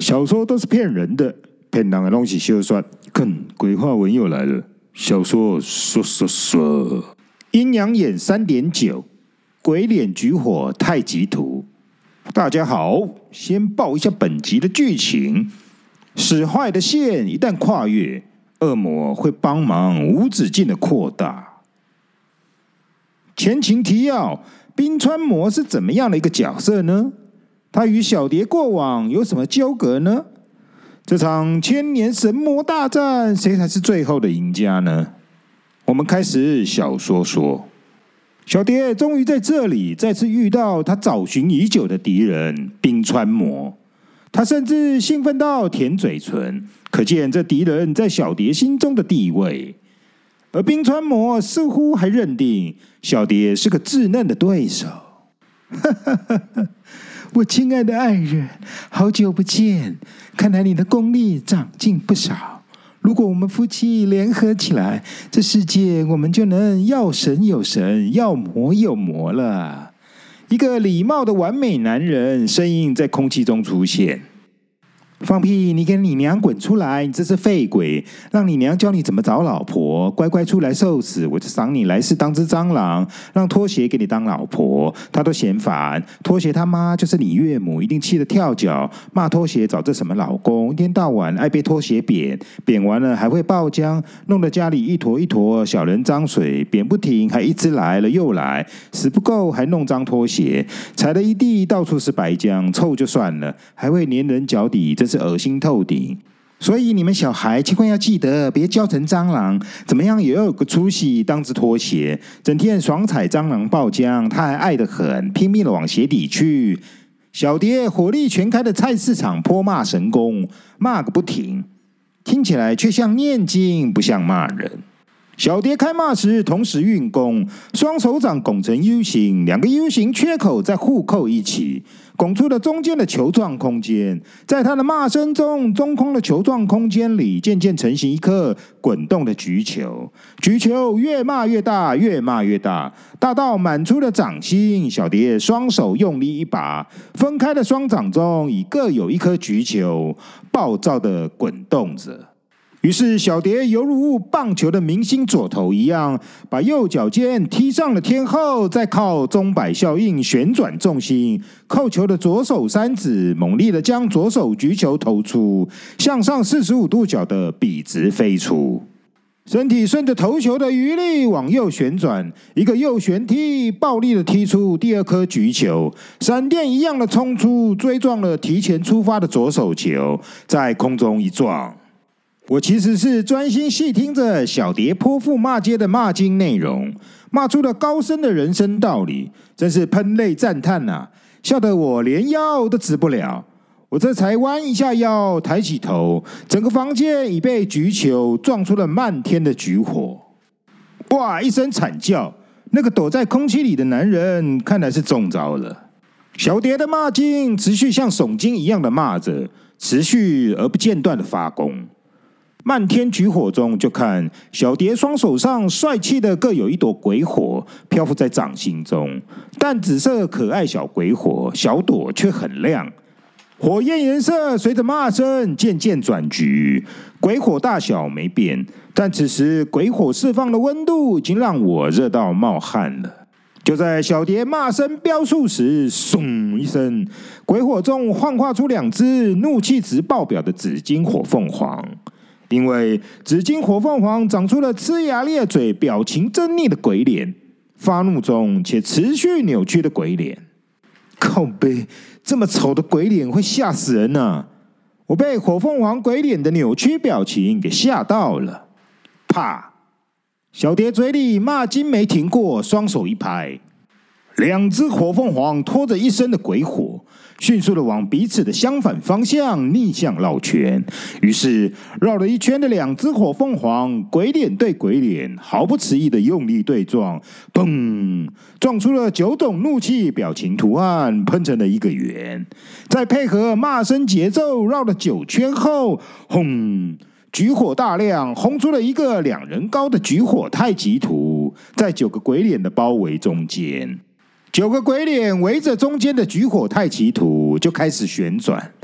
小说都是骗人的，骗人的东西小说。看，鬼话文又来了。小说说，阴阳眼3.9，鬼脸举火太极图。大家好，先报一下本集的剧情。使坏的线一旦跨越，恶魔会帮忙无止境的扩大。前情提要：冰川魔是怎么样的一个角色呢？他与小蝶过往有什么纠葛呢？这场千年神魔大战，谁才是最后的赢家呢？我们开始小说说，小蝶终于在这里再次遇到他找寻已久的敌人冰川魔，他甚至兴奋到舔嘴唇，可见这敌人在小蝶心中的地位。而冰川魔似乎还认定小蝶是个稚嫩的对手。我亲爱的爱人，好久不见，看来你的功力长进不少。如果我们夫妻联合起来，这世界我们就能要神有神，要魔有魔了。一个礼貌的完美男人声音在空气中出现。放屁！你跟你娘滚出来！你这是废鬼！让你娘教你怎么找老婆，乖乖出来受死！我就赏你来世当只蟑螂，让拖鞋给你当老婆，他都嫌烦。拖鞋他妈就是你岳母，一定气得跳脚，骂拖鞋找这什么老公，一天到晚爱被拖鞋扁，扁完了还会爆浆，弄得家里一坨一坨小人脏水，扁不停，还一直来了又来，死不够还弄脏拖鞋，踩了一地到处是白浆，臭就算了，还会粘人脚底，真是恶心透顶。所以你们小孩千万要记得，别教成蟑螂，怎么样也要有个出息，当只拖鞋，整天爽踩蟑螂爆浆，他还爱得很，拼命的往鞋底去。小蝶火力全开的菜市场泼骂神功，骂个不停，听起来却像念经，不像骂人。小蝶开骂时同时运功，双手掌拱成 U 型，两个 U 型缺口再互扣一起，拱出了中间的球状空间。在他的骂声中，中空的球状空间里渐渐成型一颗滚动的菊球。菊球越骂越大，越骂越大，大到满出了掌心。小蝶双手用力一把，分开的双掌中已各有一颗菊球，暴躁地滚动着。于是小蝶犹如棒球的明星左投一样，把右脚尖踢上了天后，再靠钟摆效应旋转重心，扣球的左手三指猛力的将左手举球投出，向上45度角的笔直飞出。身体顺着投球的余力往右旋转，一个右旋踢，暴力的踢出第二颗举球，闪电一样的冲出，追撞了提前出发的左手球，在空中一撞。我其实是专心细听着小蝶泼妇骂街的骂经内容，骂出了高深的人生道理，真是喷泪赞叹啊！笑得我连腰都直不了。我这才弯一下腰，抬起头，整个房间已被菊球撞出了漫天的菊火。哇！一声惨叫，那个躲在空气里的男人看来是中招了。小蝶的骂经持续像耸经一样的骂着，持续而不间断的发功。漫天菊火中，就看小蝶双手上帅气的各有一朵鬼火漂浮在掌心中，淡紫色可爱小鬼火，小朵却很亮。火焰颜色随着骂声渐渐转橘，鬼火大小没变，但此时鬼火释放的温度已经让我热到冒汗了。就在小蝶骂声飙速时，嗖一声，鬼火中幻化出两只怒气值爆表的紫金火凤凰。因为紫金火凤凰长出了呲牙咧嘴、表情狰狞的鬼脸，发怒中且持续扭曲的鬼脸。靠北，这么丑的鬼脸会吓死人啊！我被火凤凰鬼脸的扭曲表情给吓到了。啪！小蝶嘴里骂经没停过，双手一拍，两只火凤凰拖着一身的鬼火，迅速的往彼此的相反方向逆向绕圈。于是绕了一圈的两只火凤凰，鬼脸对鬼脸，毫不迟疑的用力对撞，砰！撞出了9种怒气表情图案，喷成了一个圆。再配合骂声节奏，绕了9圈后，轰！举火大亮，轰出了一个2人高的举火太极图，在9个鬼脸的包围中间。9个鬼脸围着中间的举火太极图就开始旋转，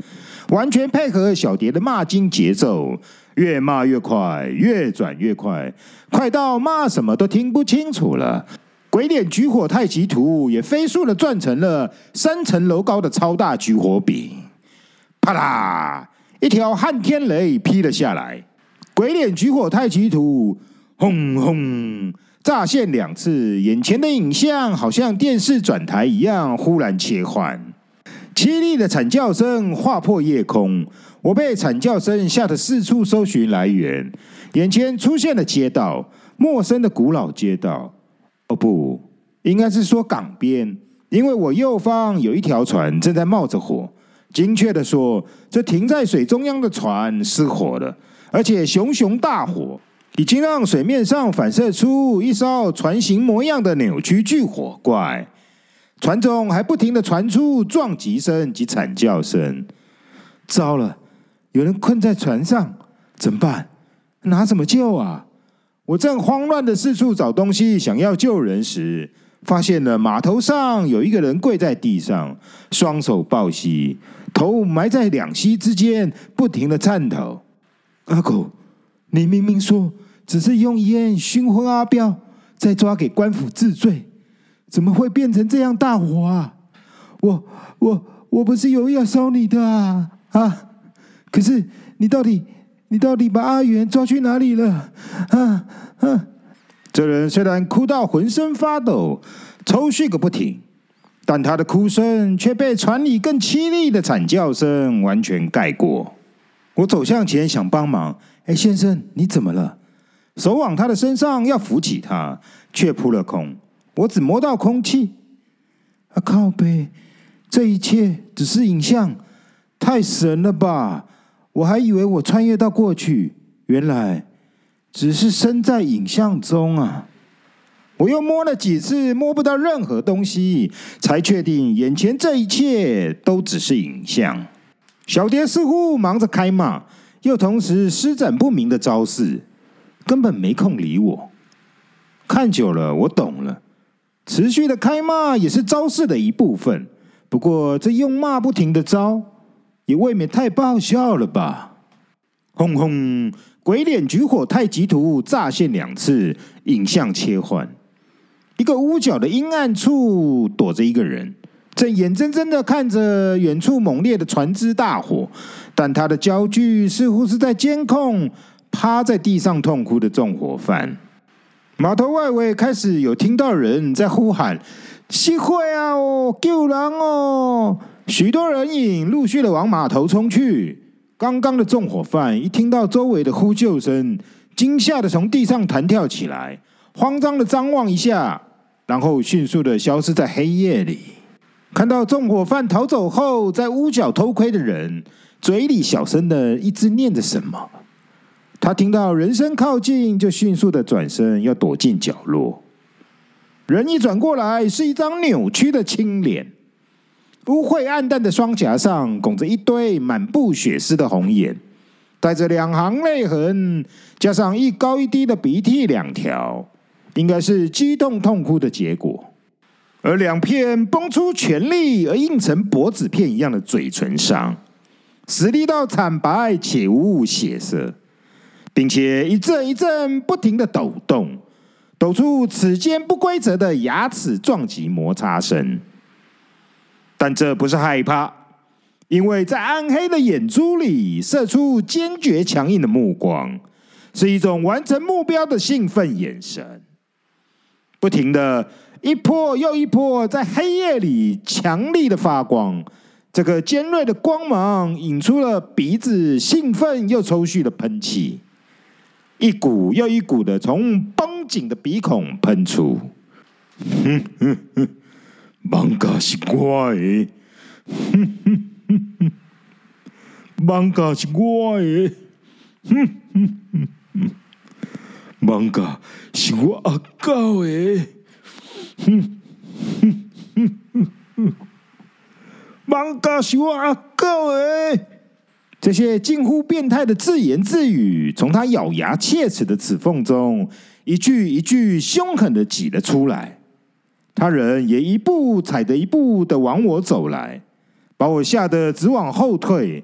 完全配合小蝶的骂经节奏，越骂越快，越转越快，快到骂什么都听不清楚了。鬼脸举火太极图也飞速的转成了3层楼高的超大举火饼，啪啦，一条撼天雷劈了下来。鬼脸举火太极图，轰轰，乍现2次，眼前的影像好像电视转台一样，忽然切换。凄厉的惨叫声划破夜空，我被惨叫声吓得四处搜寻来源。眼前出现了街道，陌生的古老街道。哦不，应该是说港边，因为我右方有一条船正在冒着火。精确的说，这停在水中央的船失火了，而且熊熊大火已经让水面上反射出一艘船形模样的扭曲巨火怪。船中还不停地传出撞击声及惨叫声。糟了，有人困在船上，怎么办？拿什么救啊？我正慌乱的四处找东西，想要救人时，发现了码头上有一个人跪在地上，双手抱膝，头埋在2膝之间，不停的颤抖。阿狗，你明明说只是用烟熏昏阿彪，再抓给官府治罪，怎么会变成这样大火啊？我不是有意要烧你的啊！可是你到底把阿元抓去哪里了？这人虽然哭到浑身发抖，抽搐个不停，但他的哭声却被船里更凄厉的惨叫声完全盖过。我走向前想帮忙，先生，你怎么了？手往他的身上要扶起他，却扑了空。我只摸到空气。靠北，这一切只是影像，太神了吧！我还以为我穿越到过去，原来只是身在影像中啊！我又摸了几次，摸不到任何东西，才确定眼前这一切都只是影像。小蝶似乎忙着开骂，又同时施展不明的招式，根本没空理我。看久了，我懂了，持续的开骂也是招式的一部分。不过这用骂不停的招，也未免太爆笑了吧！轰轰，鬼脸举火太极图乍现2次，影像切换。一个屋角的阴暗处躲着一个人，正眼睁睁的看着远处猛烈的船只大火，但他的焦距似乎是在监控趴在地上痛哭的纵火犯。码头外围开始有听到人在呼喊：“熄火啊！哦，救人哦！”许多人影陆续的往码头冲去。刚刚的纵火犯一听到周围的呼救声，惊吓的从地上弹跳起来，慌张的张望一下，然后迅速的消失在黑夜里。看到纵火犯逃走后，在屋角偷窥的人嘴里小声的一直念着什么。他听到人声靠近，就迅速的转身要躲进角落。人一转过来，是一张扭曲的青脸，污秽暗淡的双颊上拱着一堆满布血丝的红眼，带着2行泪痕，加上一高一低的鼻涕2条，应该是激动痛哭的结果。而2片崩出全力而印成薄纸片一样的嘴唇上，实力到惨白且无血色，并且一阵一阵不停的抖动，抖出齿间不规则的牙齿撞击摩擦声。但这不是害怕，因为在暗黑的眼珠里射出坚决强硬的目光，是一种完成目标的兴奋眼神。不停的一波又一波在黑夜里强力的发光，这个尖锐的光芒引出了鼻子兴奋又抽搐的喷气，一股又一股的从绷紧的鼻孔喷出。艋舺是我的，艋舺是我的，艋舺是我阿狗的，艋舺是我阿狗的。这些近乎变态的自言自语，从他咬牙切齿的齿缝中，一句一句凶狠的挤了出来。他人也一步踩着一步的往我走来，把我吓得直往后退，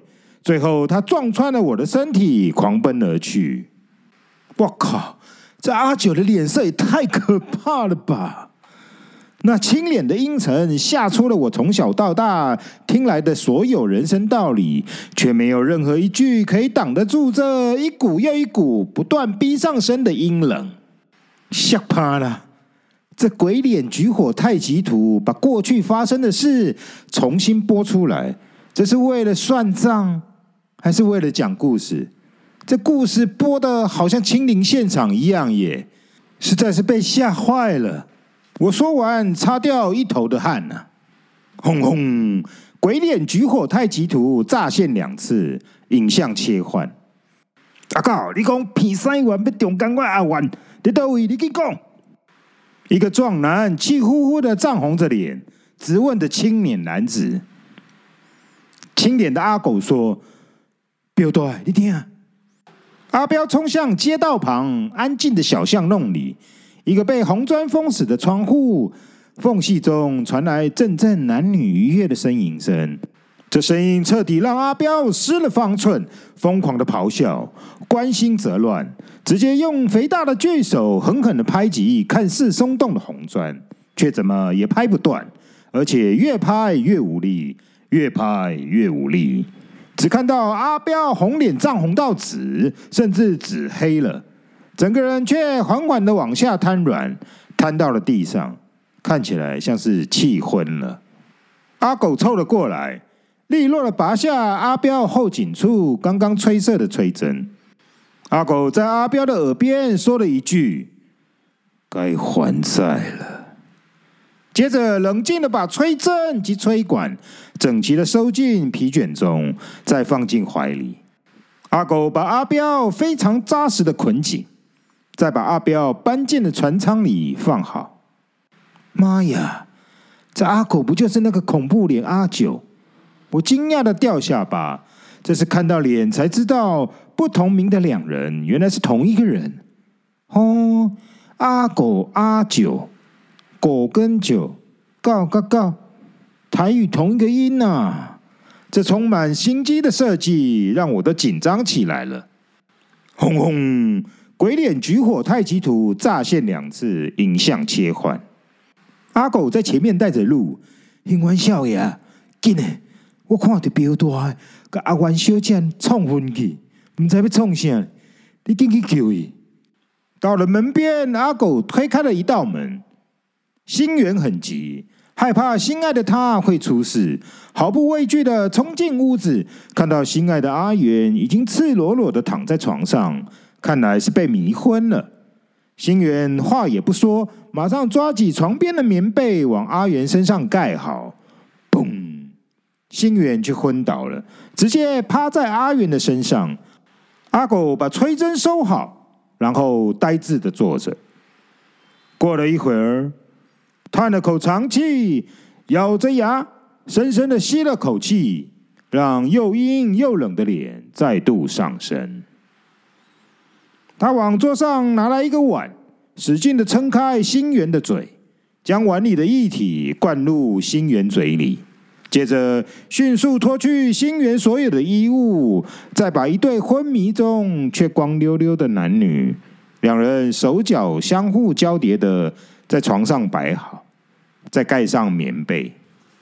最后他撞穿了我的身体，狂奔而去。我靠！这阿九的脸色也太可怕了吧！那清脸的阴沉吓出了我从小到大听来的所有人生道理，却没有任何一句可以挡得住这一股又一股不断逼上身的阴冷。吓怕了！这鬼脸举火太极图把过去发生的事重新播出来，这是为了算账，还是为了讲故事？这故事播的好像亲临现场一样耶，实在是被吓坏了。我说完，擦掉一头的汗啊！轰轰！鬼脸举火太极图乍现2次，影像切换。阿狗，你讲片3完要中间我阿完，你到位？你去讲。一个壮男气呼呼的涨红着脸，直问着青脸男子。青脸的阿狗说：“彪大，你听。”阿彪冲向街道旁安静的小巷弄里。一个被红砖封死的窗户缝隙中传来阵阵男女愉悦的呻吟声，这声音彻底让阿彪失了方寸，疯狂的咆哮，关心则乱，直接用肥大的巨手狠狠的拍击看似松动的红砖，却怎么也拍不断，而且越拍越无力，越拍越无力。只看到阿彪红脸涨红到紫，甚至紫黑了。整个人却缓缓的往下瘫软，瘫到了地上，看起来像是气昏了。阿狗凑了过来，利落的拔下阿彪后颈处刚刚吹射的吹针。阿狗在阿彪的耳边说了一句：“该还债了。”接着冷静的把吹针及吹管整齐的收进皮卷中，再放进怀里。阿狗把阿彪非常扎实的捆紧，再把阿彪搬进了船舱里放好。妈呀，这阿狗不就是那个恐怖脸阿九？我惊讶的掉下巴，这是看到脸才知道不同名的2人原来是同一个人。哦，阿狗阿九，狗跟九，告，台语同一个音啊！这充满心机的设计让我都紧张起来了。轰轰！鬼脸举火太极图乍现2次，影像切换。阿狗在前面带着路，兴元少爷，紧的！我看到彪大，甲阿元小姐冲昏去，唔知要冲啥，你紧去救伊。到了门边，阿狗推开了一道门，心源很急，害怕心爱的他会出事，毫不畏惧的冲进屋子，看到心爱的阿元已经赤裸裸的躺在床上。看来是被迷昏了。心源话也不说，马上抓起床边的棉被往阿元身上盖好。嘣！心源就昏倒了，直接趴在阿元的身上。阿狗把吹针收好，然后呆滞的坐着。过了一会儿，叹了口长气，咬着牙，深深的吸了口气，让又阴又冷的脸再度上升。他往桌上拿来一个碗，使劲的撑开心源的嘴，将碗里的液体灌入心源嘴里，接着迅速脱去心源所有的衣物，再把一对昏迷中却光溜溜的男女，2人手脚相互交叠的在床上摆好，再盖上棉被。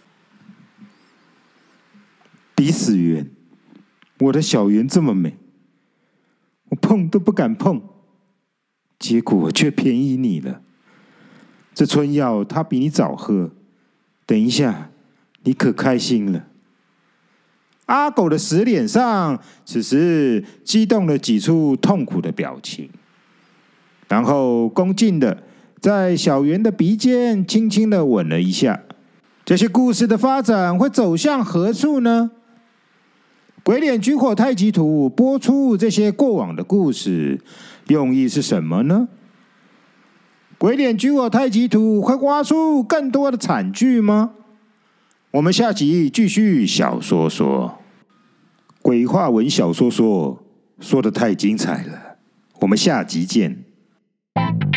鼻死源，我的小圆这么美，我碰都不敢碰，结果却便宜你了。这春药他比你早喝，等一下你可开心了。阿狗的死脸上此时激动地挤出痛苦的表情，然后恭敬的在小圆的鼻尖轻轻的吻了一下。这些故事的发展会走向何处呢？鬼脸举火太极图播出这些过往的故事，用意是什么呢？鬼脸举火太极图会挖出更多的惨剧吗？我们下集继续小说说。鬼话文小说说，说得太精彩了，我们下集见。